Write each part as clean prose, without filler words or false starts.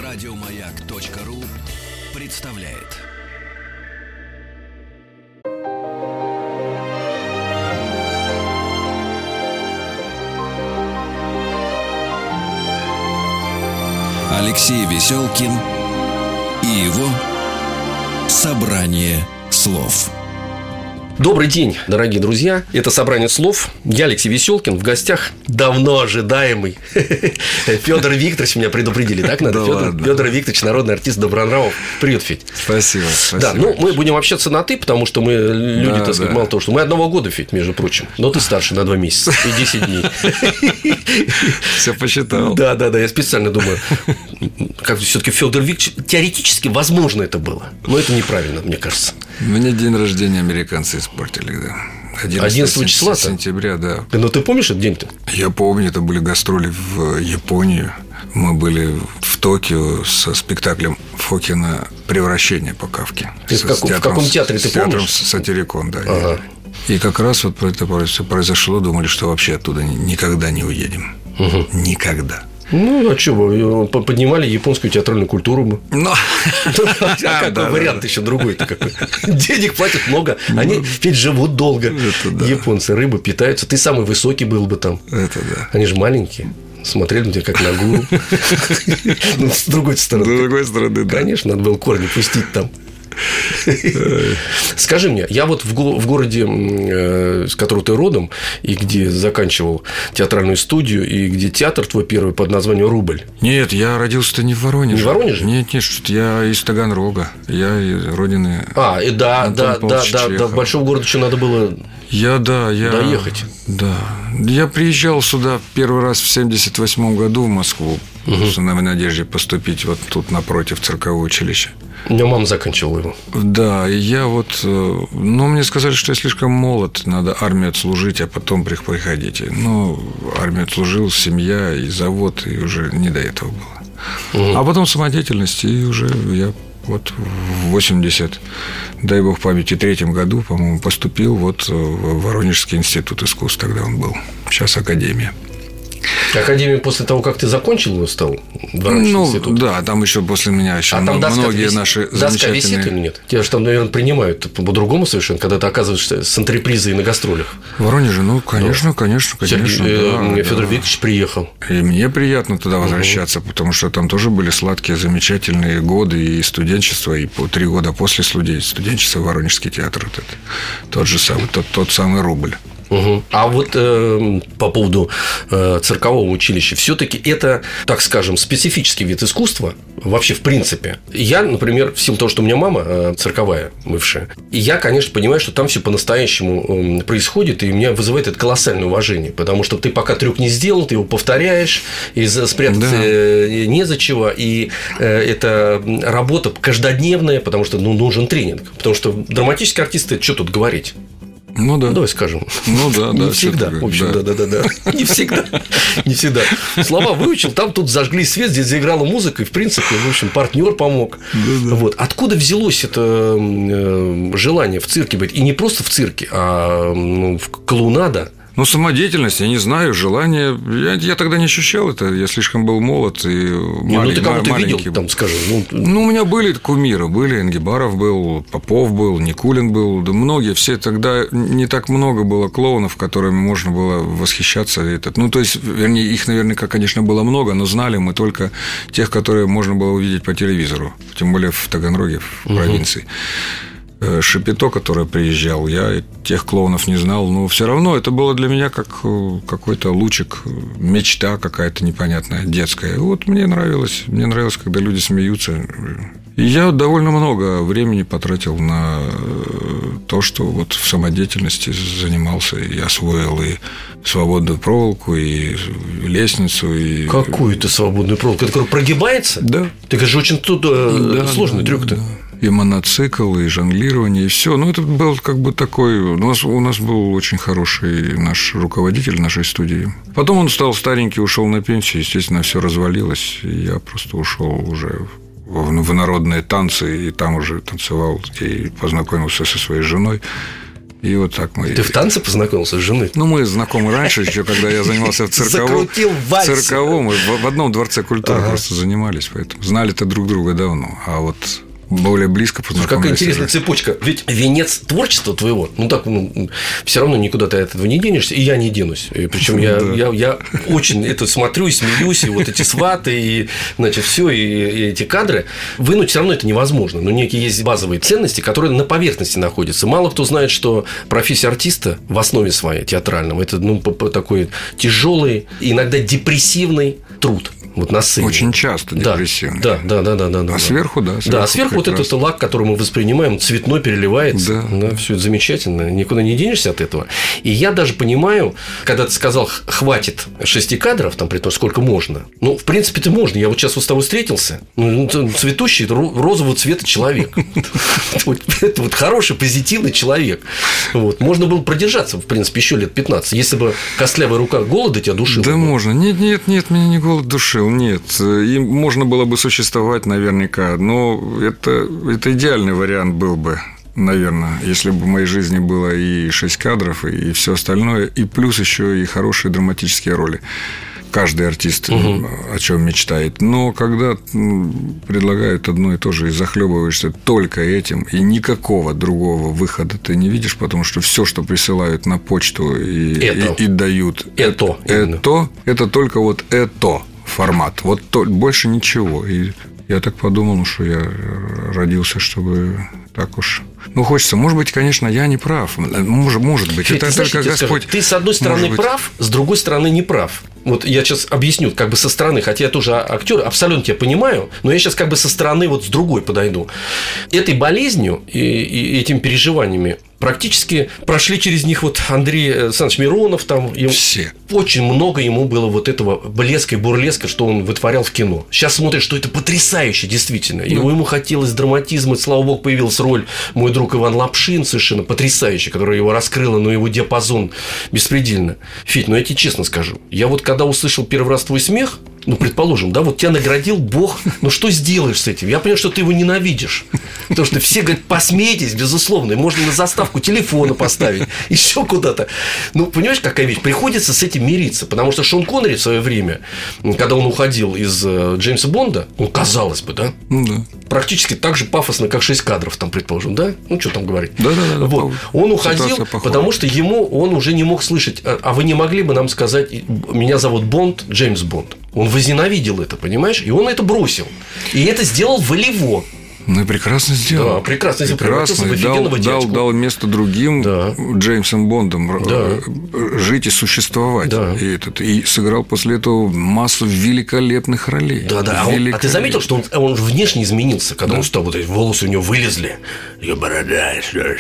Радиомаяк.ру представляет. Алексей Веселкин и его собрание слов. Добрый день, дорогие друзья. Это «Собрание слов». Я Алексей Веселкин. В гостях давно ожидаемый Федор Викторович. Меня предупредили, так надо? Федор Викторович, народный артист Добронравов. Привет, Федь. Спасибо. Да, мы будем общаться на «ты», потому что мы люди, так сказать, мало того, что мы одного года, Федь, между прочим. Но ты старше на 2 месяца и 10 дней. Все посчитал. Да, я специально думаю. Как все-таки Федор Викторович, теоретически, возможно, это было. Но это неправильно, мне кажется. Мне день рождения американцы испортили, да. 11 числа? Сентября, да. Но ты помнишь этот день-то? Я помню, это были гастроли в Японию. Мы были в Токио со спектаклем Фокина «Превращение» по Кафке. В каком театре, ты помнишь? Театром «Сатирикон», да. Ага. И как раз вот это все произошло, думали, что вообще оттуда никогда не уедем. Угу. Никогда. Ну, а что вы поднимали японскую театральную культуру бы? Какой вариант еще другой-то какой? Денег платят много, они ведь живут долго. Японцы рыбы питаются. Ты самый высокий был бы там. Это да. Они же маленькие. Смотрели на тебя как на гуру. С другой стороны. С другой стороны, да. Конечно, надо было корни пустить там. Скажи мне, я вот в городе, с которого ты родом, и где заканчивал театральную студию, и где театр твой первый под названием «Рубль». Нет, я родился-то не в Воронеже. Не в Воронеже? Нет, что-то я из Таганрога. Я из родины. Да, в большом городе еще надо было доехать. Да. Я приезжал сюда первый раз в 1978 году в Москву, в надежде поступить вот тут напротив цирковое училище. У меня мама заканчивала его. Да, и я вот... мне сказали, что я слишком молод, надо армию отслужить, а потом приходите. Армию отслужил, семья и завод, и уже не до этого было. А потом самодеятельность, и уже я вот в 80, дай бог памяти, 3-м году, по-моему, поступил вот в Воронежский институт искусств, тогда он был. Сейчас академия. Академию после того, как ты закончил его, стал Воронежский институт? Да, там еще после меня еще многие наши замечательные... Доска висит или нет? Тебя же там, наверное, принимают по-другому совершенно, когда ты оказываешься с антрепризой на гастролях. В Воронеже, конечно. Федор Викторович приехал. И мне приятно туда возвращаться, потому что там тоже были сладкие, замечательные годы и студенчество, и 3 года после студенчества Воронежский театр. Вот это, тот же самый, тот самый «Рубль». А вот по поводу циркового училища, все-таки это, так скажем, специфический вид искусства вообще в принципе. Я, например, в силу того, что у меня мама цирковая бывшая, и я, конечно, понимаю, что там все по-настоящему происходит, и меня вызывает это колоссальное уважение, потому что ты пока трюк не сделал, ты его повторяешь, и спрятаться не за чего, и это работа каждодневная, потому что нужен тренинг, потому что драматические артисты, что тут говорить? Давай скажем. Не всегда. В общем, да. Не всегда. Слова выучил, там тут зажгли свет, здесь заиграла музыка, и, в принципе, в общем, партнер помог. Вот. Откуда взялось это желание в цирке быть? И не просто в цирке, а в клоунада? Самодеятельность, я не знаю, желание. Я тогда не ощущал это. Я слишком был молод и маленький. Ты кого-то видел, там, скажем. У меня были кумиры. Энгибаров был, Попов был, Никулин был. Да многие. Все тогда не так много было клоунов, которыми можно было восхищаться. Вернее, их наверняка, конечно, было много, но знали мы только тех, которые можно было увидеть по телевизору. Тем более в Таганроге, в провинции. Шапито, который приезжал, я тех клоунов не знал, но все равно это было для меня как какой-то лучик, мечта какая-то непонятная, детская. И вот мне нравилось, когда люди смеются. И я довольно много времени потратил на то, что вот в самодеятельности занимался и освоил и свободную проволоку, и лестницу. И... Какую-то свободную проволоку? Которая прогибается? Да. Так это же очень сложный трюк-то. Да. И моноцикл, и жонглирование, и все. Это был как бы такой... У нас был очень хороший наш руководитель нашей студии. Потом он стал старенький, ушел на пенсию, естественно, все развалилось. И я просто ушел уже в народные танцы, и там уже танцевал, и познакомился со своей женой. И вот так мы... Ты в танце познакомился с женой? Ну, мы знакомы раньше, еще когда я занимался в цирковом. В одном дворце культуры просто занимались, поэтому знали-то друг друга давно. А вот более близко познакомились. Какая интересная цепочка. Ведь венец творчества твоего, все равно никуда ты от этого не денешься, и я не денусь. Причем я очень это смотрю и смеюсь, и вот эти сваты, и, значит, все, и эти кадры. Вынуть все равно это невозможно. Но некие есть базовые ценности, которые на поверхности находятся. Мало кто знает, что профессия артиста в основе своей театральном это такой тяжелый, иногда депрессивный труд. Вот на сцене. Очень часто депрессивный. Да. А сверху, да. Да, а сверху вот этот лак, который мы воспринимаем, цветной переливается. Да, все это замечательно. Никуда не денешься от этого. И я даже понимаю, когда ты сказал, хватит 6 кадров, там, при том, сколько можно. В принципе-то можно. Я вот сейчас с тобой встретился. Цветущий розового цвета человек. Это вот хороший, позитивный человек. Можно было продержаться, в принципе, еще лет 15. Если бы костлявая рука голода тебя душила. Да можно. Нет, меня не голод душил. Нет, им можно было бы существовать наверняка, но это идеальный вариант был бы, наверное, если бы в моей жизни было и 6 кадров, и все остальное, и плюс еще и хорошие драматические роли. Каждый артист о чем мечтает. Но когда предлагают одно и то же, и захлебываешься только этим, и никакого другого выхода ты не видишь, потому что все, что присылают на почту и дают, это только вот это формат. Вот больше ничего. И я так подумал, что я родился, чтобы так уж... хочется. Может быть, конечно, я не прав. Может быть. Это только Господь. Ты, с одной стороны, прав, с другой стороны, не прав. Вот я сейчас объясню, как бы со стороны, хотя я тоже актер, абсолютно тебя понимаю, но я сейчас как бы со стороны вот с другой подойду. Этой болезнью и этими переживаниями практически прошли через них вот Андрей Александрович Миронов, там все. Очень много ему было вот этого блеска и бурлеска, что он вытворял в кино. Сейчас смотришь, что это потрясающе, действительно. Ему хотелось драматизма, слава богу, появилась роль «Мой друг Иван Лапшин», совершенно потрясающая, которая его раскрыла, но его диапазон беспредельно. Федь, я тебе честно скажу, я вот когда услышал первый раз твой смех, предположим, да, вот тебя наградил Бог, что сделаешь с этим? Я понимаю, что ты его ненавидишь. Потому что все говорят, посмейтесь, безусловно, и можно на заставку телефона поставить, еще куда-то. Понимаешь, какая вещь? Приходится с этим мириться, потому что Шон Коннери в свое время, когда он уходил из Джеймса Бонда, казалось бы, да, практически так же пафосно, как 6 кадров, там, предположим, да? Что там говорить? Да. Вот. Он уходил, потому что он уже не мог слышать, а вы не могли бы нам сказать, меня зовут Бонд, Джеймс Бонд. Он возненавидел это, понимаешь? И он это бросил. И это сделал волево. И прекрасно сделал. Да, прекрасно сделал. Дал место другим Джеймсом Бондом жить и существовать. Да. И сыграл после этого массу великолепных ролей. Да. А ты заметил, что он внешне изменился, когда он стал, вот эти волосы у него вылезли. И борода,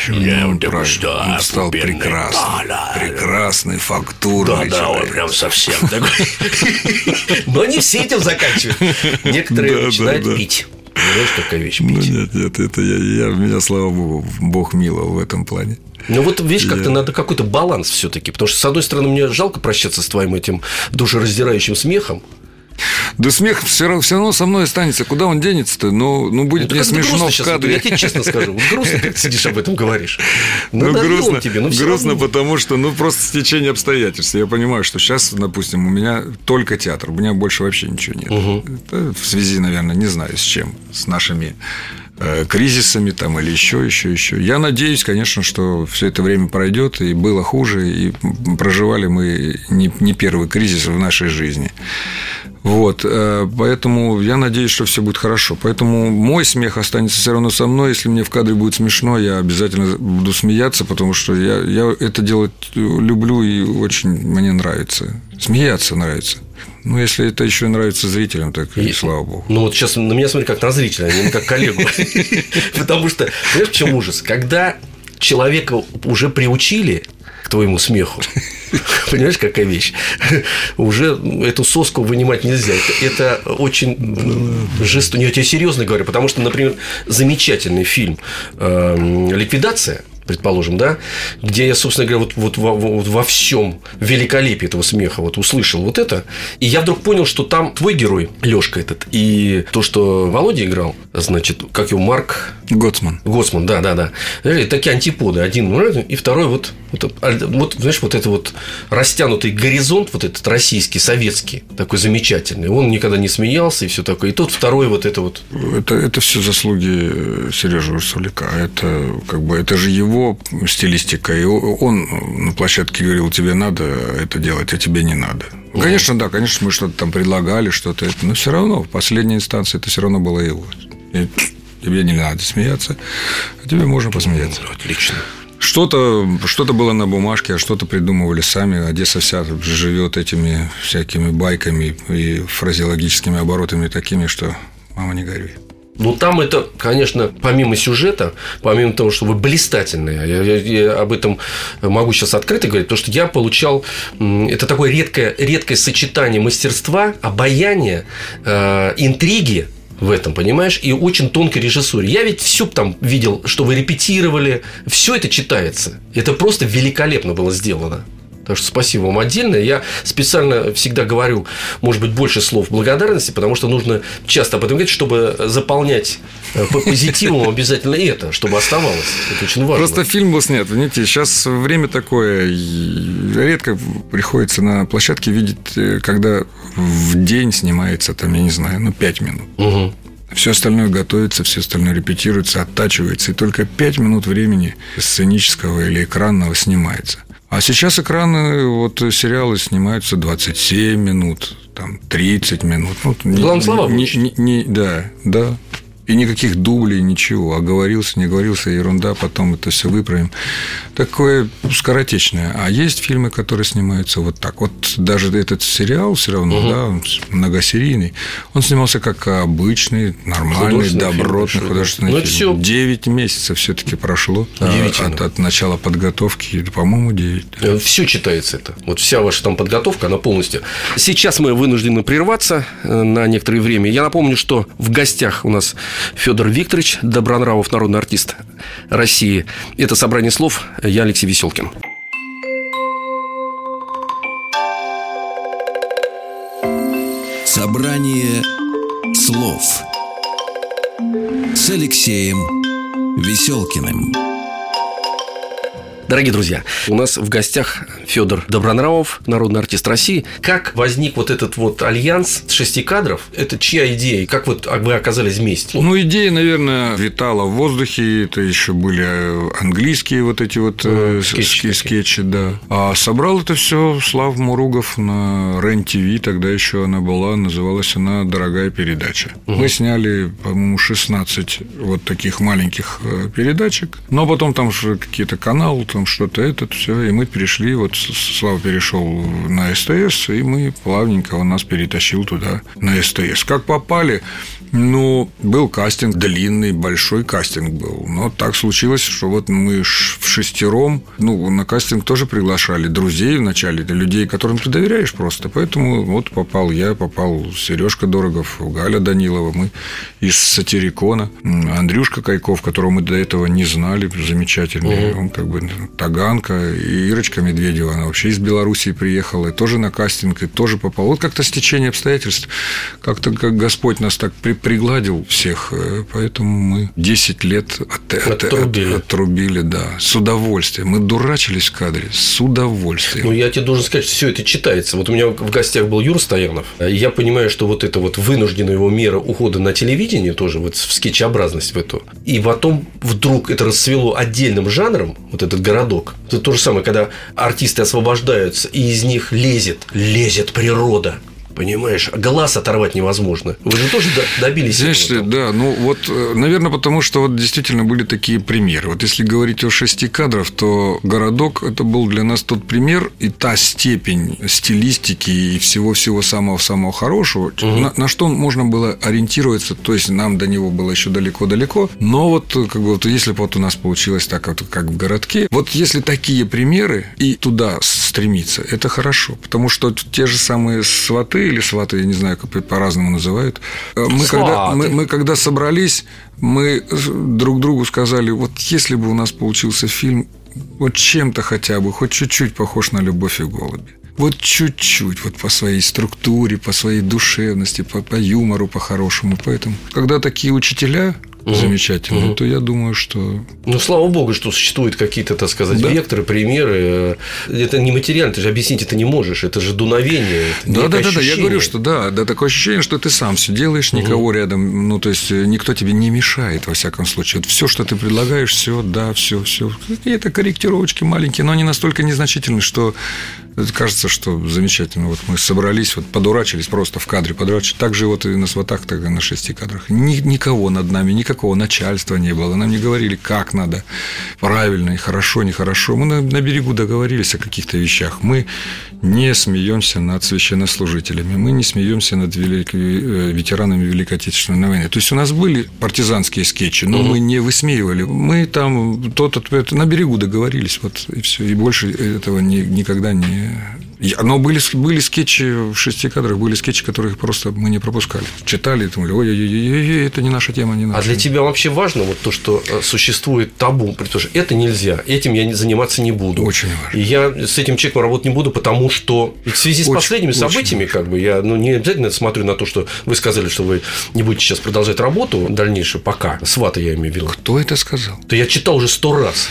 он стал прекрасный, фактурный человек. Он прям совсем такой. Но не все этим заканчивают. Некоторые начинают пить. Знаешь, такая вещь пить. Нет, это меня, слава богу, Бог миловал в этом плане. Видишь, как-то надо какой-то баланс все-таки. Потому что, с одной стороны, мне жалко прощаться с твоим этим душераздирающим смехом. Да смех все равно со мной останется. Куда он денется-то? Будет мне смешно в кадре. Я тебе честно скажу. Грустно, как ты сидишь об этом говоришь. Грустно, потому что просто стечение обстоятельств. Я понимаю, что сейчас, допустим, у меня только театр. У меня больше вообще ничего нет. Это в связи, наверное, не знаю с чем. С нашими кризисами там или еще. Я надеюсь, конечно, что все это время пройдет, и было хуже, и проживали мы не первый кризис в нашей жизни. Поэтому я надеюсь, что все будет хорошо. Поэтому мой смех останется все равно со мной. Если мне в кадре будет смешно, я обязательно буду смеяться, потому что я это делать люблю и очень мне нравится. Смеяться нравится. Если это еще нравится зрителям, так и слава богу. Сейчас на меня смотри как на зрителя, а не как коллегу. Потому что, знаешь, в чем ужас? Когда человека уже приучили к твоему смеху, понимаешь, какая вещь? Уже эту соску вынимать нельзя. Это очень жестоко. Я тебе серьезно говорю, потому что, например, замечательный фильм «Ликвидация», предположим, да, где я, собственно говоря, вот во всем великолепии этого смеха услышал вот это, и я вдруг понял, что там твой герой, Лёшка этот, и то, что Володя играл, значит, как его, Марк Гоцман, да. Такие антиподы. Один и второй вот, знаешь, вот это вот растянутый горизонт, вот этот российский, советский, такой замечательный. Он никогда не смеялся и все такое. И тот второй вот это вот. Это все заслуги Сережи Урсуляка. Это же его стилистика. И он на площадке говорил: тебе надо это делать, а тебе не надо. Конечно, мы что-то там предлагали, что-то это, но все равно в последней инстанции это все равно было его. Тебе не надо смеяться, а тебе можно посмеяться. Отлично. Что-то было на бумажке, а что-то придумывали сами. Одесса вся живет этими всякими байками и фразеологическими оборотами такими, что мама не горюй. Ну, там это, конечно, помимо сюжета, помимо того, что вы блистательные, я об этом могу сейчас открыто говорить, потому что я получал... Это такое редкое сочетание мастерства, обаяния, интриги в этом, понимаешь, и очень тонкой режиссуре. Я ведь все там видел, что вы репетировали, все это читается. Это просто великолепно было сделано. Так что спасибо вам отдельно. Я специально всегда говорю, может быть, больше слов благодарности, потому что нужно часто об этом говорить, чтобы заполнять по позитиву обязательно это, чтобы оставалось. Это очень важно. Просто фильм был снят, понимаете, сейчас время такое, редко приходится на площадке видеть, когда в день снимается, там, я не знаю, 5 минут. Угу. Все остальное готовится, все остальное репетируется, оттачивается, и только 5 минут времени сценического или экранного снимается. А сейчас экраны, сериалы снимаются 27 минут, там, 30 минут. Главное, слова выучить. Да. И никаких дублей, ничего. Оговорился, не оговорился, ерунда, потом это все выправим. Такое скоротечное. А есть фильмы, которые снимаются вот так. Вот даже этот сериал все равно, многосерийный, он снимался как обычный, нормальный, добротный художественный фильм. 9 месяцев все-таки прошло от начала подготовки, по-моему, 9. Все читается это. Вот вся ваша там подготовка, она полностью. Сейчас мы вынуждены прерваться на некоторое время. Я напомню, что в гостях у нас Федор Викторович Добронравов, народный артист России. Это «Собрание слов». Я Алексей Веселкин. «Собрание слов» с Алексеем Веселкиным. Дорогие друзья, у нас в гостях Федор Добронравов, народный артист России. Как возник вот этот вот альянс 6 кадров? Это чья идея? Как вот вы оказались вместе? Идея, наверное, витала в воздухе. Это еще были английские вот эти вот скетчи, да. А собрал это все Слав Муругов на РЕН-ТВ. Тогда еще она была, называлась она «Дорогая передача». Мы сняли, по-моему, 16 вот таких маленьких передачек. Но потом там какие-то каналы, там что-то все, и мы перешли, Слава перешел на СТС, и мы плавненько, он нас перетащил туда, на СТС. Как попали? Был кастинг, длинный, большой кастинг был. Но так случилось, что мы вшестером, на кастинг тоже приглашали друзей вначале, людей, которым ты доверяешь просто. Поэтому попал я, попал Сережка Дорогов, Галя Данилова, мы из Сатирикона, Андрюшка Кайков, которого мы до этого не знали, замечательный, он Таганка, и Ирочка Медведева, она вообще из Белоруссии приехала, и тоже на кастинг, и тоже попала. Как-то стечение обстоятельств, как Господь нас так пригладил всех, поэтому мы 10 лет отрубили, да, с удовольствием. Мы дурачились в кадре с удовольствием. Я тебе должен сказать, что все это читается. У меня в гостях был Юра Стоянов, и я понимаю, что это вынужденная его мера ухода на телевидение тоже, в скетчеобразность в эту. И потом вдруг это расцвело отдельным жанром, этот городок. Это то же самое, когда артисты освобождаются, и из них лезет природа. Понимаешь, глаз оторвать невозможно. Вы же тоже добились этого. Да, наверное, потому что действительно были такие примеры. Если говорить о 6 кадров, то «Городок» – это был для нас тот пример и та степень стилистики и всего-всего самого-самого хорошего, на что можно было ориентироваться, то есть нам до него было еще далеко-далеко, но если бы у нас получилось так, как в «Городке», если такие примеры и туда стремиться, это хорошо, потому что те же самые «Сваты» или «Сваты», я не знаю, как по-разному называют. Мы когда собрались, мы друг другу сказали, если бы у нас получился фильм чем-то хотя бы, хоть чуть-чуть похож на «Любовь и голуби». Чуть-чуть, по своей структуре, по своей душевности, по юмору, по-хорошему. Поэтому, когда такие учителя замечательные, то я думаю, что... Ну, слава богу, что существуют какие-то, так сказать, векторы, примеры. Это не материально, ты же объяснить это не можешь. Это же дуновение. Это да. Я говорю, что такое ощущение, что ты сам все делаешь, никого рядом, ну, то есть никто тебе не мешает, во всяком случае. Вот все, что ты предлагаешь, все. Это корректировочки маленькие, но они настолько незначительны, что кажется, что замечательно. Вот мы собрались, вот подурачились просто в кадре, подурачились. Так же вот и на сватах, так и на 6 кадрах. Никого над нами, никакого начальства не было. Нам не говорили, как надо, правильно и хорошо, нехорошо. Мы на берегу договорились о каких-то вещах. Мы не смеемся над священнослужителями, мы не смеемся над ветеранами Великой Отечественной войны. То есть у нас были партизанские скетчи, но мы не высмеивали. Мы там на берегу договорились, вот и все. И больше этого никогда не... Но были скетчи в 6 кадрах, были скетчи, которых просто мы не пропускали. Читали и думали, ой, это не наша тема, не наша. А для тебя вообще важно вот то, что существует табу, потому что это нельзя, этим я заниматься не буду. Очень важно. И я с этим человеком работать не буду, потому что в связи с последними событиями, как бы, я не обязательно смотрю на то, что вы сказали, что вы не будете сейчас продолжать работу дальнейшую, пока. Свата я имею в виду. Кто это сказал? То я читал уже 100 раз.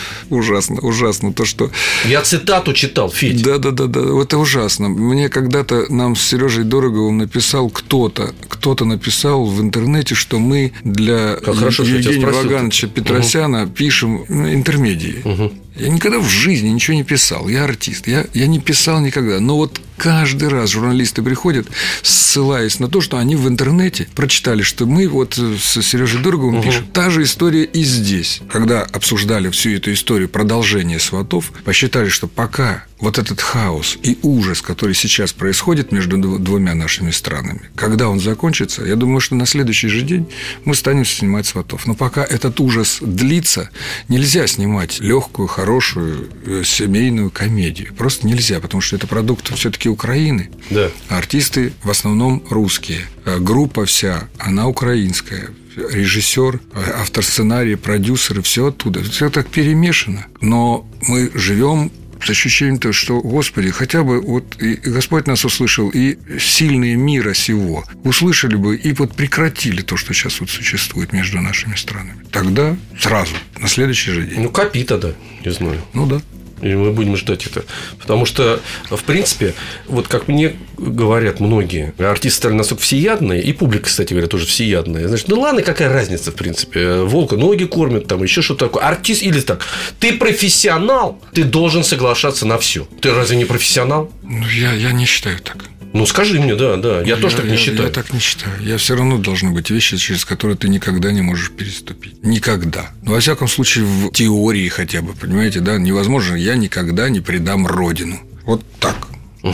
Ужасно то, что... Я цитату читал, Федь. Да. Это ужасно. Мне когда-то нам с Сережей Дороговым написал кто-то написал в интернете, что мы для Евгения Вагановича Петросяна пишем интермедии. Я никогда в жизни ничего не писал. Я артист. Я не писал никогда. Но вот каждый раз журналисты приходят, ссылаясь на то, что они в интернете прочитали, что мы вот с Сережей Дороговым пишем. Та же история и здесь. Когда обсуждали всю эту историю продолжения «Сватов», посчитали, что пока вот этот хаос и ужас, который сейчас происходит между двумя нашими странами, когда он закончится, я думаю, что на следующий же день мы станем снимать «Сватов». Но пока этот ужас длится, нельзя снимать легкую, хорошую семейную комедию. Просто нельзя, потому что это продукт все-таки Украины. Да. А артисты в основном русские. Группа вся, она украинская. Режиссер, автор сценария, продюсеры, все оттуда. Все так перемешано. Но мы живем с ощущением того, что, Господи, хотя бы вот и Господь нас услышал, и сильные мира сего услышали бы и вот прекратили то, что сейчас вот существует между нашими странами. Тогда сразу, на следующий же день. Ну, копи тогда, не знаю. Ну, да. И мы будем ждать это. Потому что, в принципе, вот как мне говорят многие, артисты стали настолько всеядные, и публика, кстати говоря, тоже всеядная. Значит, ну ладно, какая разница, в принципе. Волка ноги кормят, там еще что-то такое. Артист или так. Ты профессионал, ты должен соглашаться на все. Ты разве не профессионал? Ну, я не считаю так. Ну, скажи мне, да. Я тоже так не считаю. Я так не считаю. Я все равно должны быть вещи, через которые ты никогда не можешь переступить. Никогда. Ну, во всяком случае, в теории хотя бы, понимаете, да, невозможно. Я никогда не предам родину. Вот так.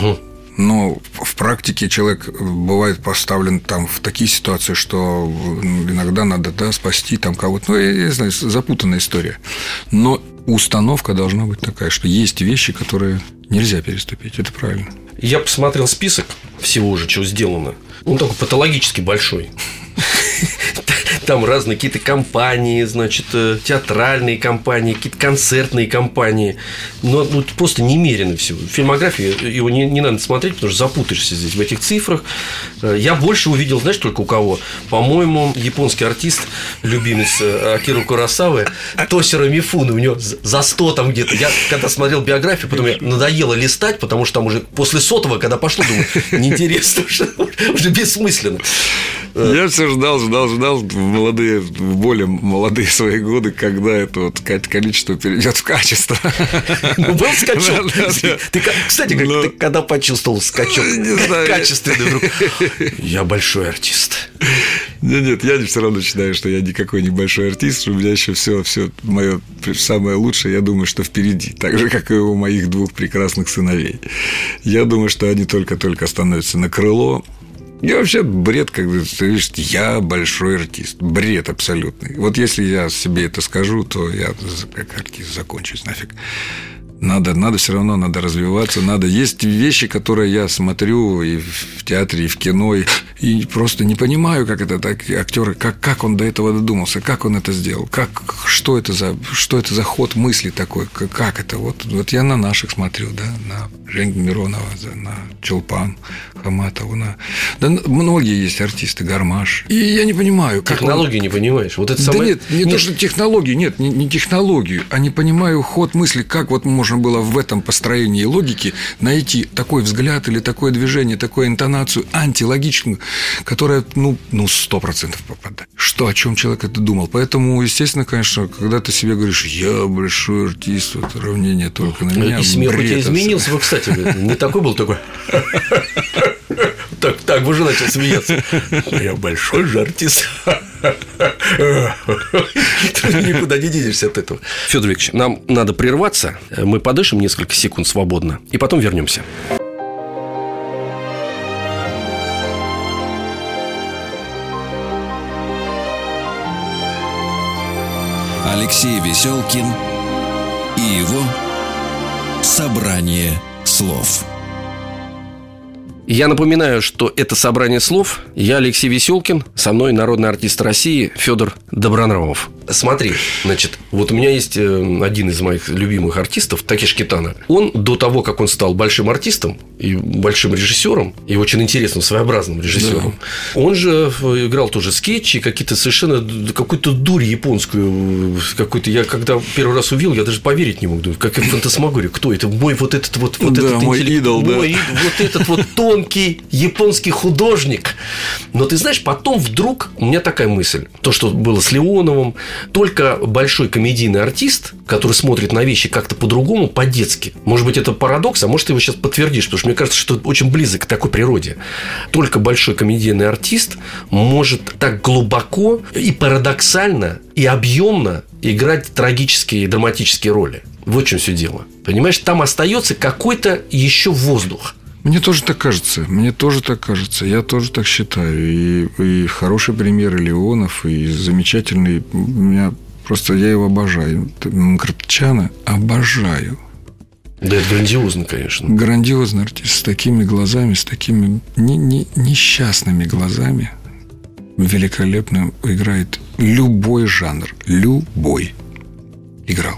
Но в практике человек бывает поставлен там в такие ситуации, что иногда надо спасти там кого-то. Ну, я не знаю, запутанная история. Но установка должна быть такая, что есть вещи, которые нельзя переступить. Это правильно. Я посмотрел список всего уже, что сделано. Он такой патологически большой. Там разные какие-то компании, значит, театральные компании, какие-то концертные компании. Но просто немерено всего. Фильмография, его не надо смотреть, потому что запутаешься здесь в этих цифрах. Я больше увидел, знаешь, только у кого? По-моему, японский артист, любимец Акиры Куросавы, Тосиро Мифуне. У него за 100 там где-то. Я когда смотрел биографию, потом мне надоело листать, потому что там уже после 100-го, когда пошло, думаю, неинтересно, уже бессмысленно. Я все ждал в более молодые свои годы, когда это вот количество перейдет в качество. Ну, был скачок. Ты, кстати, ты когда почувствовал скачок качественный вдруг? Я большой артист. Нет, я все равно считаю, что я никакой не большой артист. У меня еще все мое самое лучшее, я думаю, что впереди. Так же, как и у моих 2 прекрасных сыновей. Я думаю, что они только-только становятся на крыло. И вообще бред, когда ты видишь, я большой артист. Бред абсолютный. Вот если я себе это скажу, то я как артист закончусь нафиг. Надо все равно, надо развиваться, надо. Есть вещи, которые я смотрю и в театре, и в кино, и И просто не понимаю, как это так, актеры, как он до этого додумался, как он это сделал, что это за ход мысли такой, как это. Вот я на наших смотрю, да, на Женю Миронова, на Чулпан Хаматову, да, многие есть артисты, Гармаш. И я не понимаю, как технологии не понимаешь. Вот это самое... Да нет, то, что технологии, нет, не технологию, а не понимаю ход мысли, как вот можно было в этом построении логики найти такой взгляд или такое движение, такую интонацию антилогичную, которая, 100% попадает. О чем человек это думал. Поэтому, естественно, конечно, когда ты себе говоришь, я большой артист, вот равнение только на меня. И смех у тебя изменился. Вы, кстати, не такой был такой. Так, вы уже начал смеяться. Я большой же артист. Никуда не денешься от этого. Федор Викторович, нам надо прерваться. Мы подышим несколько секунд свободно. И потом вернемся. Алексей Веселкин и его «Собрание слов». Я напоминаю, что это «Собрание слов». Я Алексей Веселкин, со мной народный артист России Федор Добронравов. Смотри, значит, вот у меня есть один из моих любимых артистов, Такеши Китано. Он до того, как он стал большим артистом и большим режиссером, и очень интересным, своеобразным режиссером, да. Он же играл тоже скетчи, какие-то совершенно какую-то дурь японскую, какую-то. Я когда первый раз увидел, я даже поверить не мог, как фантасмагория. Кто это? Мой вот этот вот да, этот мой идол, да. Вот этот вот тонкий японский художник. Но ты знаешь, потом вдруг у меня такая мысль, то, что было с Леоновым. Только большой комедийный артист, который смотрит на вещи как-то по-другому, по-детски. Может быть, это парадокс, а может, ты его сейчас подтвердишь, потому что мне кажется, что это очень близок к такой природе. Только большой комедийный артист может так глубоко и парадоксально, и объемно играть трагические и драматические роли. Вот в чем все дело. Понимаешь, там остается какой-то еще воздух. Мне тоже так кажется. Я тоже так считаю. И хороший пример и Леонов, и замечательный. Я его обожаю. Мкртчяна обожаю. Да, это грандиозно, конечно. Грандиозный артист с такими глазами, с такими несчастными глазами. Великолепно играет любой жанр. Любой. Играл.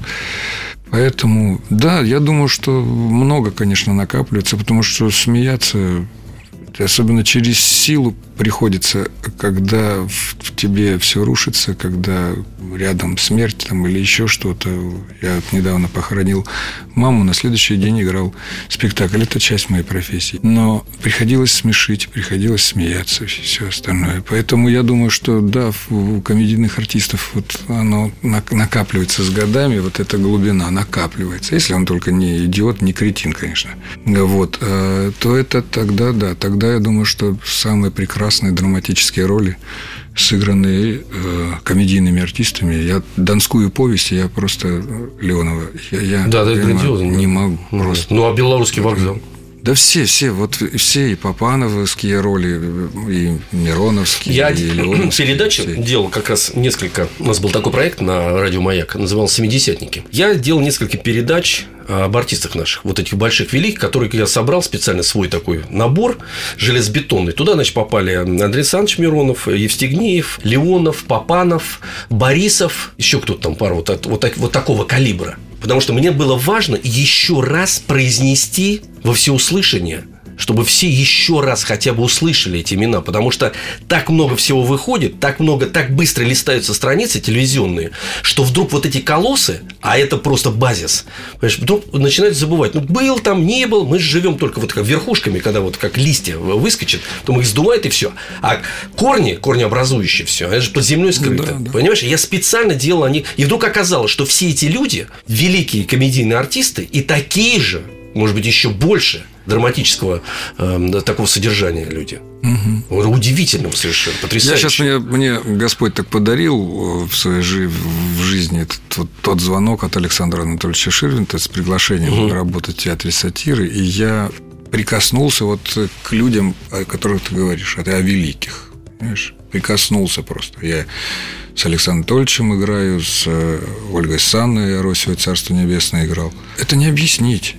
Поэтому, да, я думаю, что много, конечно, накапливается, потому что смеяться, особенно через силу, приходится, когда в тебе все рушится, когда рядом смерть там, или еще что-то. Я недавно похоронил маму, на следующий день играл спектакль. Это часть моей профессии. Но приходилось смешить, приходилось смеяться и все остальное. Поэтому я думаю, что да, у комедийных артистов вот оно накапливается с годами, вот эта глубина накапливается. Если он только не идиот, не кретин, конечно. Вот. То это тогда, да, тогда я думаю, что самые прекрасные драматические роли, сыгранные комедийными артистами. Я «Донскую повесть», я просто Леонова. Я не могу. Просто. Ну, а «Белорусский вокзал»? Да все, и Папановские роли, и Мироновские, я и Леоновские. Передачу делал как раз несколько. У нас был такой проект на радио «Маяк», назывался «Семидесятники». Я делал несколько передач об артистах наших, вот этих больших великих, которых я собрал специально свой такой набор железобетонный. Туда, значит, попали Андрей Александрович Миронов, Евстигнеев, Леонов, Папанов, Борисов, еще кто-то там пару вот такого калибра. Потому что мне было важно еще раз произнести во всеуслышание, чтобы все еще раз хотя бы услышали эти имена. Потому что так много всего выходит, так быстро листаются страницы телевизионные, что вдруг вот эти колоссы, а это просто базис, понимаешь, вдруг начинают забывать. Был там, не был, мы же живем только вот как верхушками, когда вот как листья выскочат, то их сдувает и все. А корни образующие все, это же под землей скрыто. Да. Понимаешь, я специально делал они. И вдруг оказалось, что все эти люди, великие комедийные артисты, и такие же, может быть, еще больше драматического такого содержания люди. Угу. Удивительным совершенно, потрясающе. Мне Господь так подарил в своей жизни тот звонок от Александра Анатольевича Ширвинта с приглашением работать в театре сатиры, и я прикоснулся вот к людям, о которых ты говоришь, о великих. Понимаешь? Прикоснулся просто. Я с Александром Анатольевичем играю, с Ольгой Санной Аросевой, Царство Небесное, играл. Это не объяснить.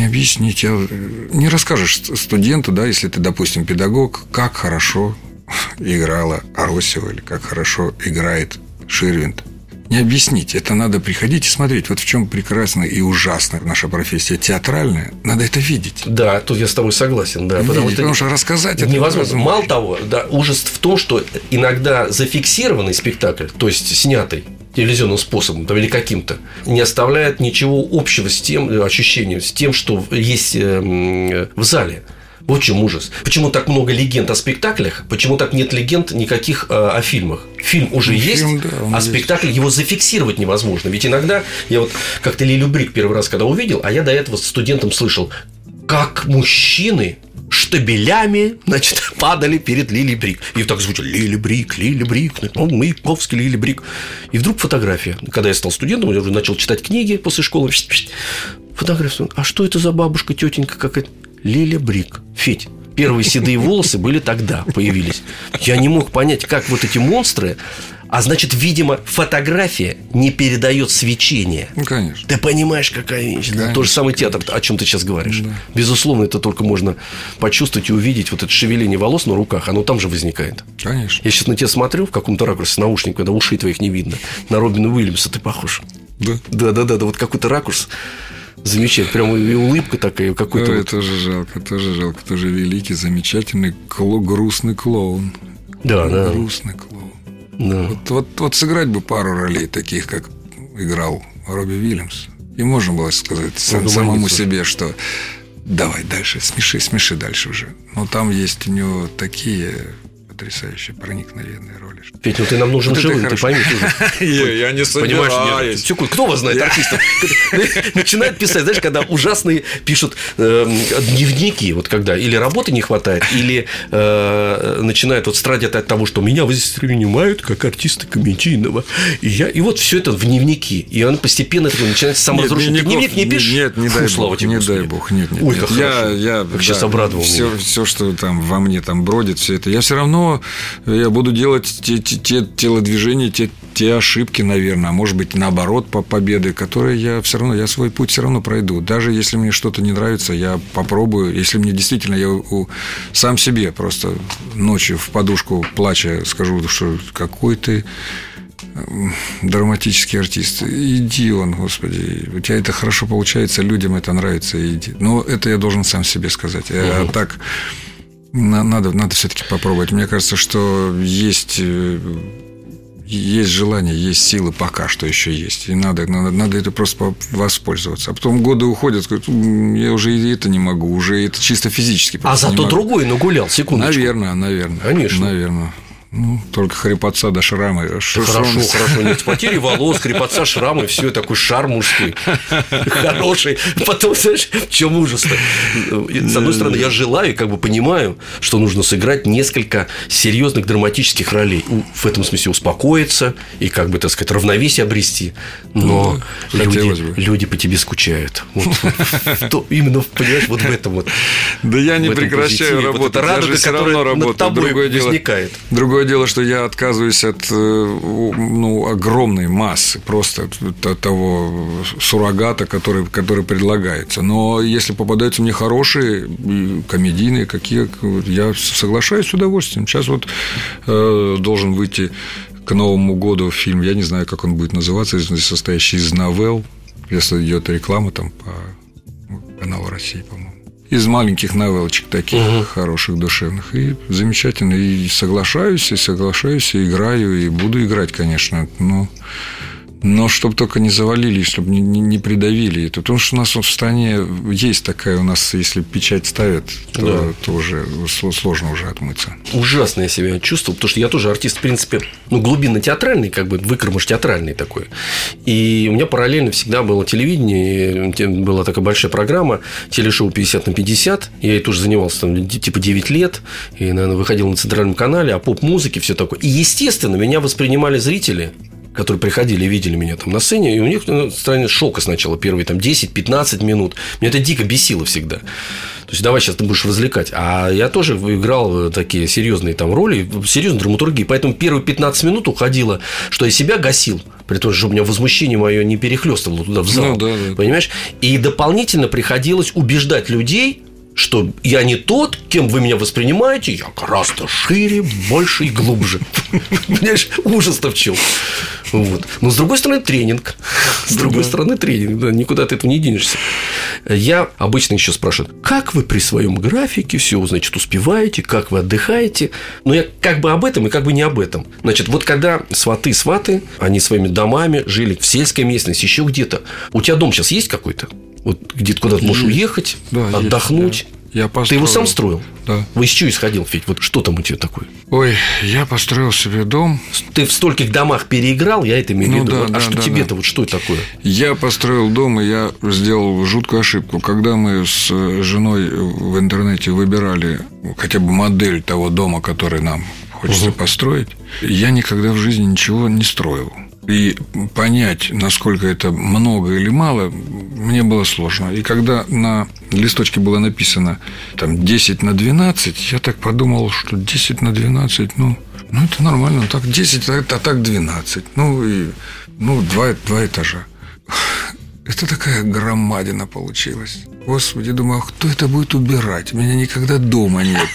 Не расскажешь студенту, да, если ты, допустим, педагог, как хорошо играла Аросева или как хорошо играет Ширвинд. Не объяснить. Это надо приходить и смотреть. Вот в чем прекрасна и ужасна наша профессия театральная. Надо это видеть. Да, тут я с тобой согласен. Да, потому что рассказать это невозможно. Мало того, да, ужас в том, что иногда зафиксированный спектакль, то есть снятый телевизионным способом или каким-то, не оставляет ничего общего с тем ощущением, с тем, что есть в зале. Вот в чем ужас. Почему так много легенд о спектаклях? Почему так нет легенд никаких о фильмах? Фильм уже есть, а спектакль его зафиксировать невозможно. Ведь иногда я вот как-то Лилю Брик первый раз когда увидел, а я до этого студентом слышал, как мужчины штабелями, значит, падали перед Лили Брик. И так звучит Лили Брик, Маяковский, Лили Брик. И вдруг фотография. Когда я стал студентом, я уже начал читать книги после школы. Фотография. А что это за бабушка, тетенька какая-то? Лиля Брик. Федь, первые седые волосы были тогда, появились. Я не мог понять, как вот эти монстры. А значит, видимо, фотография не передает свечение. Ну, конечно. Ты понимаешь, какая вещь. Конечно. То же самое театр, о чем ты сейчас говоришь. Да. Безусловно, это только можно почувствовать и увидеть. Вот это шевеление волос на руках, оно там же возникает. Конечно. Я сейчас на тебя смотрю в каком-то ракурсе с наушником, когда ушей твоих не видно. На Робина Уильямса ты похож. Да. Да. Вот какой-то ракурс. Замечательно. Прям и улыбка такая, какой-то. Ой, тоже жалко. Тоже великий, замечательный, грустный клоун. Да. Грустный клоун. Да. Вот сыграть бы пару ролей таких, как играл Робби Уильямс. И можно было сказать самому себе, что давай дальше, смеши дальше уже. Но там есть у него такие потрясающие, проникновенные роли. Петя, ты нам нужен живым, ты пойми. Я не собираюсь. Кто вас знает артистов? Начинают писать, знаешь, когда ужасные пишут дневники, вот когда или работы не хватает, или начинают вот страдать от того, что меня воспринимают как артиста комедийного. И вот все это в дневники. И он постепенно начинает саморазрушение. Дневник не пишешь? Нет, не дай бог. Нет. Ой, как хорошо. Я сейчас обрадовал. Все, что там во мне там бродит, все это. Я все равно я буду делать те телодвижения, те ошибки, наверное, а может быть, наоборот, победы, которые я свой путь все равно пройду. Даже если мне что-то не нравится, я попробую. Если мне действительно, я сам себе просто ночью в подушку плача скажу, что какой ты драматический артист. Иди он, Господи. У тебя это хорошо получается, людям это нравится, иди. Но это я должен сам себе сказать. А так надо все-таки попробовать. Мне кажется, что есть желание, есть силы, пока что еще есть. И надо это просто воспользоваться. А потом годы уходят, я уже и это не могу, уже это чисто физически. А зато другой нагулял, секундочку. Наверное. Конечно. Наверное. Только хрипотца до шрамы. Хорошо. Нет, потери волос, хрипотца, шрамы, все такой шарм мужской. Хороший. Потом, знаешь, в чем ужас-то? С одной стороны, я желаю и как бы понимаю, что нужно сыграть несколько серьезных драматических ролей. В этом смысле успокоиться и, как бы, так сказать, равновесие обрести. Но люди по тебе скучают. Именно, понимаешь, вот в этом вот. Да я не прекращаю работать. Я же все равно работаю. Другое дело, что я отказываюсь от огромной массы просто от того суррогата, который предлагается. Но если попадаются мне хорошие, комедийные, какие, я соглашаюсь с удовольствием. Сейчас вот должен выйти к Новому году фильм, я не знаю, как он будет называться, состоящий из новелл, если идет реклама там по каналу России, по-моему. Из маленьких новелочек таких хороших, душевных. И замечательно. И соглашаюсь, и играю, и буду играть, конечно. Но чтобы только не завалили, чтобы не придавили это. Потому что у нас в стране есть такая, у нас, если печать ставят, то уже сложно уже отмыться. Ужасно я себя чувствовал, потому что я тоже артист, в принципе, глубинно театральный, как бы выкормыш театральный такой. И у меня параллельно всегда было телевидение, была такая большая программа, телешоу 50/50. Я ей тоже занимался там, типа 9 лет, и, наверное, выходил на центральном канале, о поп-музыке, все такое. И, естественно, меня воспринимали зрители, которые приходили и видели меня там на сцене, и у них состояние шока сначала, первые там 10-15 минут. Меня это дико бесило всегда. То есть, давай сейчас ты будешь развлекать. А я тоже играл такие серьезные там роли, серьезную драматургию. Поэтому первые 15 минут уходило, что я себя гасил, при том, что у меня возмущение мое не перехлестывало туда в зал. Да. Понимаешь? И дополнительно приходилось убеждать людей, что я не тот, кем вы меня воспринимаете, я гораздо шире, больше и глубже. Понимаешь, ужас-то в чем. Вот. Но, с другой стороны, тренинг. Да, никуда от этого не денешься. Я обычно еще спрашиваю, как вы при своем графике все, значит, успеваете, как вы отдыхаете. Но я как бы об этом и как бы не об этом. Значит, вот когда сваты, они своими домами жили в сельской местности, еще где-то. У тебя дом сейчас есть какой-то? Вот где-то куда-то можешь уехать, отдохнуть. Есть, да. Я построил. Ты его сам строил? Да. Вы из чего исходил, Федь? Вот что там у тебя такое? Ой, я построил себе дом. Ты в стольких домах переиграл, я это имею в виду. А что тебе-то, вот что это такое? Я построил дом, и я сделал жуткую ошибку. Когда мы с женой в интернете выбирали хотя бы модель того дома, который нам хочется построить, я никогда в жизни ничего не строил. И понять, насколько это много или мало, мне было сложно. И когда на листочке было написано там 10 на 12, я так подумал, что 10 на 12, это нормально. Так 10, а так 12. Два этажа. Это такая громадина получилась. Господи, думаю, а кто это будет убирать? У меня никогда дома нет.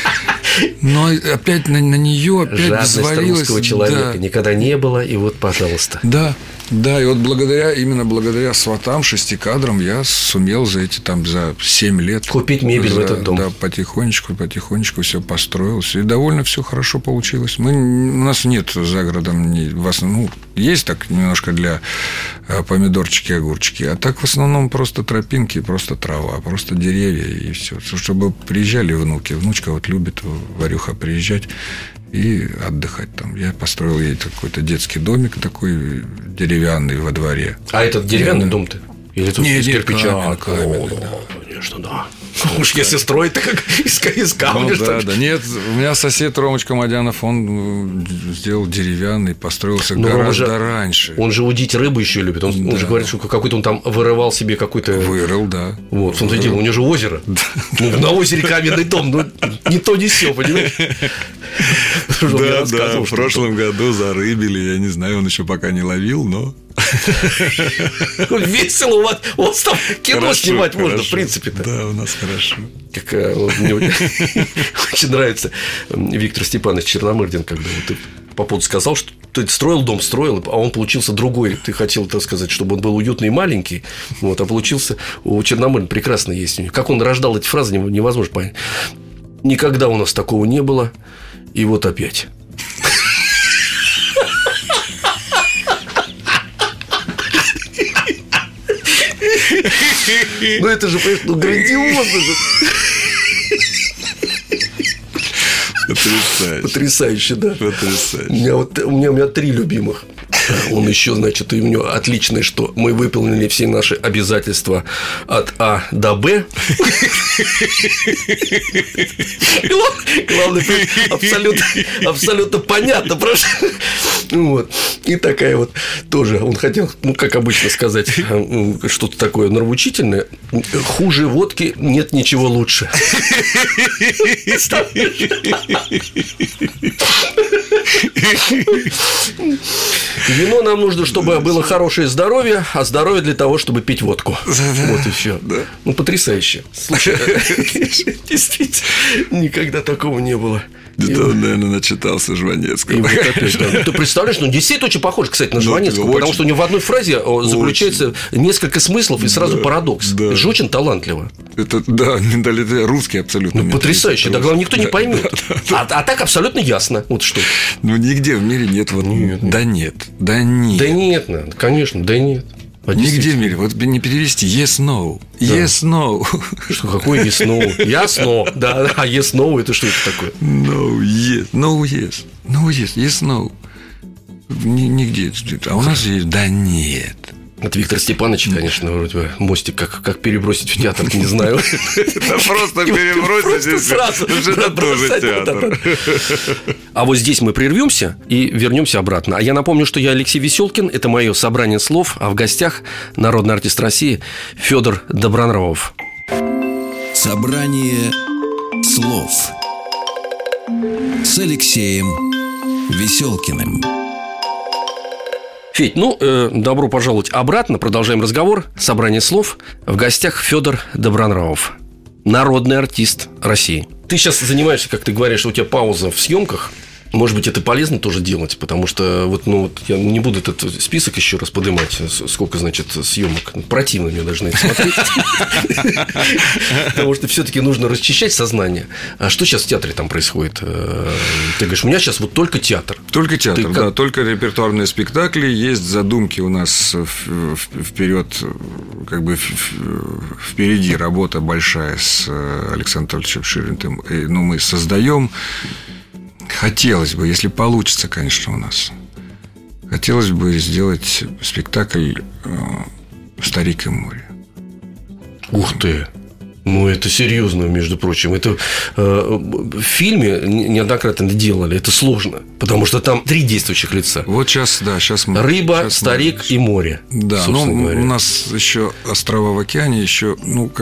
Но опять на нее опять жадность взвалилась. Русского человека никогда не было, и вот, пожалуйста. Да, и вот именно благодаря сватам, 6 кадрам я сумел за 7 лет купить мебель в этот дом. Да, потихонечку все построилось. И довольно все хорошо получилось. У нас нет за городом в основном, есть так немножко для помидорчики, огурчики, а так в основном просто тропинки, просто трава, просто деревья и все. Чтобы приезжали внуки. Внучка вот любит, Варюха, приезжать и отдыхать там. Я построил ей какой-то детский домик такой деревянный во дворе. А этот деревянный дом-то? Или тут из кирпича? Каменный, да. Конечно, да. Уж если строить, так как из камня, что ли? Да. Нет, у меня сосед Ромочка Мадянов, он сделал деревянный, построился гораздо раньше. Он же удить рыбу еще любит. Он же говорит, что какой-то он там вырывал себе какой-то... Вырыл, да. Вот, в том-то и дело, у него же озеро. На озере каменный дом, не то, не сё, понимаешь? Да, в прошлом году зарыбили, я не знаю, он еще пока не ловил, но... Весело у вас там кино снимать можно, в принципе-то. Да, у нас хорошо. Мне очень нравится Виктор Степанович Черномырдин, когда ты по поводу сказал, что ты строил дом, а он получился другой. Ты хотел, так сказать, чтобы он был уютный и маленький, а получился у Черномырдина прекрасно есть. Как он рождал эти фразы, невозможно понять. Никогда у нас такого не было, и вот опять. Это же, понимаешь, грандиозно же. Потрясающе, да. У меня 3 любимых. Он еще, значит, у него отличное, что мы выполнили все наши обязательства от А до Б. Главное, абсолютно понятно. Вот. И такая вот тоже, он хотел, как обычно сказать, что-то такое нравоучительное. Хуже водки нет ничего лучше. Вино нам нужно, чтобы было хорошее здоровье, а здоровье для того, чтобы пить водку. Вот и все. Потрясающе. Слушай, действительно, никогда такого не было. Где-то он, наверное, начитался Жванецкого. Вот опять, да. Ты представляешь, действительно очень похож, кстати, на Жванецкого, потому что у него в одной фразе заключается несколько смыслов и сразу парадокс. Это же очень талантливо. Это, да, менталитет русский абсолютно. Потрясающе. Да, главное, никто не поймет. А так абсолютно ясно. Вот что. Нигде в мире нет. Да нет. Да нет, конечно, да нет. Нигде в мире. Вот не перевести yes, no. Yes, no. Что, какое yes, no? Yes, no. Да, а yes, no, это что это такое? No, yes. No, yes. No, yes. Yes, no. Нигде. А у нас есть да нет. От Виктора Степановича, конечно, вроде мостик, как перебросить в театр, не знаю. Это просто перебросить сразу. Это тоже театр. А вот здесь мы прервемся и вернемся обратно. А я напомню, что я Алексей Веселкин. Это мое собрание слов. А в гостях народный артист России Федор Добронравов. Собрание слов с Алексеем Веселкиным. Федь, добро пожаловать обратно. Продолжаем разговор. Собрание слов. В гостях Федор Добронравов, народный артист России. Ты сейчас занимаешься, как ты говоришь, у тебя пауза в съемках. Может быть, это полезно тоже делать, потому что я не буду этот список еще раз поднимать, сколько, значит, съемок. Противно мне даже на это смотреть. Потому что все-таки нужно расчищать сознание. А что сейчас в театре там происходит? Ты говоришь, у меня сейчас только театр. Только театр, да, только репертуарные спектакли. Есть задумки у нас вперед, впереди работа большая с Александром Анатольевичем Ширвиндтом. Мы создаем. Хотелось бы, если получится, конечно, у нас, хотелось бы сделать спектакль «Старик и море». Ух ты! Это серьезно, между прочим. Это в фильме неоднократно делали. Это сложно, потому что там 3 действующих лица. Вот сейчас мы... Рыба, старик и море. Да, у нас еще острова в океане, еще,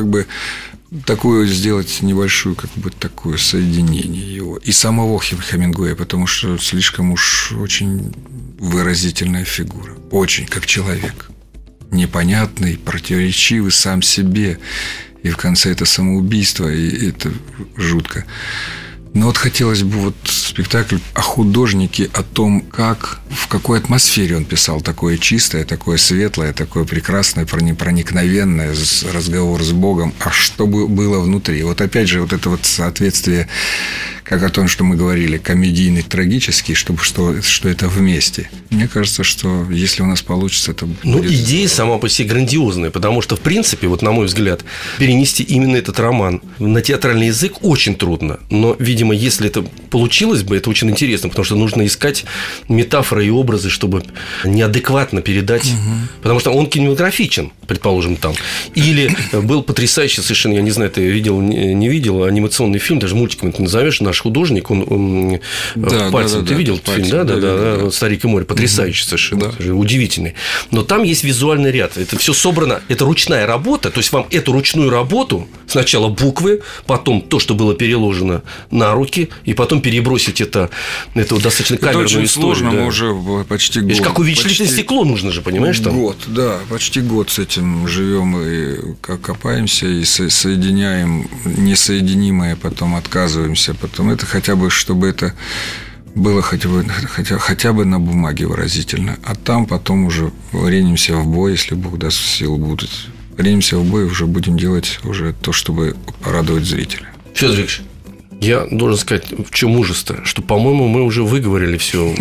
такую сделать небольшую, такое соединение его. И самого Хемингуэя, потому что слишком уж очень выразительная фигура. Очень, как человек. Непонятный, противоречивый сам себе. И в конце это самоубийство, и это жутко. Но хотелось бы спектакль о художнике, о том, в какой атмосфере он писал такое чистое, такое светлое, такое прекрасное, проникновенное, разговор с Богом, а что было внутри. Опять же, это соответствие, как о том, что мы говорили, комедийный, трагический, что это вместе. Мне кажется, что если у нас получится, это будет... идея сама по себе грандиозная, потому что, в принципе, на мой взгляд, перенести именно этот роман на театральный язык очень трудно. Но, видимо, если это получилось бы, это очень интересно, потому что нужно искать метафоры и образы, чтобы неадекватно передать. Потому что он кинематографичен, предположим, там. Или был потрясающий совершенно, я не знаю, ты видел, не видел, анимационный фильм, даже мультиком это назовешь, наш художник, он пальцем, ты видел этот фильм? Да. «Старик и море», потрясающий совершенно, удивительный. Но там есть визуальный ряд, это все собрано, это ручная работа, то есть вам эту ручную работу, сначала буквы, потом то, что было переложено на руки, и потом перебросить это достаточно камерную историю. Это очень сложно, мы уже почти год. Это как увеличительное стекло нужно же, понимаешь? Год, да, почти год с этим живем и копаемся, и соединяем несоединимое, потом отказываемся, потом это хотя бы, чтобы это было хотя бы на бумаге выразительно, а там потом уже ринемся в бой, если Бог даст сил будут. Ринемся в бой, уже будем делать уже то, чтобы порадовать зрителя. Федор Викторович, я должен сказать, в чем ужас-то, что, по-моему, мы уже выговорили все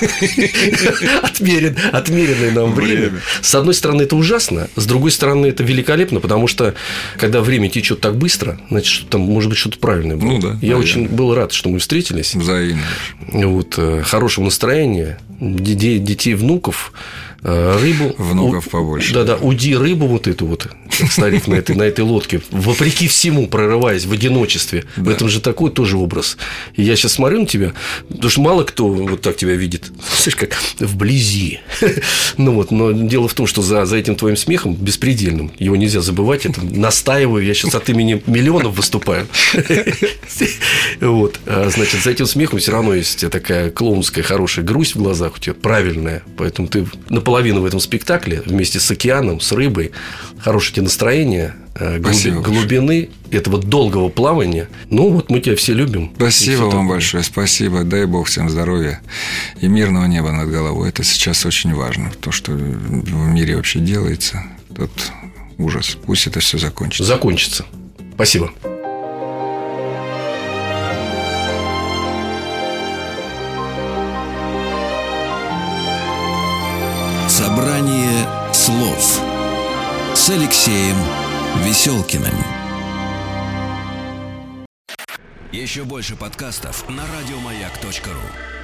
отмеренное нам время. С одной стороны, это ужасно, с другой стороны, это великолепно, потому что, когда время течет так быстро, значит, что там может быть что-то правильное было. Я очень был рад, что мы встретились. Взаимно. Хорошего настроения, детей, внуков, рыбу. Внуков побольше. Да, уди рыбу как старик на этой лодке, вопреки всему прорываясь в одиночестве. Да. В этом же такой тоже образ. И я сейчас смотрю на тебя, потому что мало кто так тебя видит, слышишь, как вблизи. Но дело в том, что за этим твоим смехом беспредельным, его нельзя забывать, это настаиваю, я сейчас от имени миллионов выступаю. Значит, за этим смехом все равно есть такая клоунская хорошая грусть в глазах у тебя, правильная, поэтому ты наполовину в этом спектакле вместе с океаном, с рыбой, хорошее тебе настроение, глубины этого долгого плавания. Мы тебя все любим. Спасибо вам большое, спасибо. Дай Бог всем здоровья и мирного неба над головой. Это сейчас очень важно. То, что в мире вообще делается, тот ужас. Пусть это все закончится. Закончится. Спасибо. Собрание слов с Алексеем Веселкиным. Еще больше подкастов на радиомаяк.ру.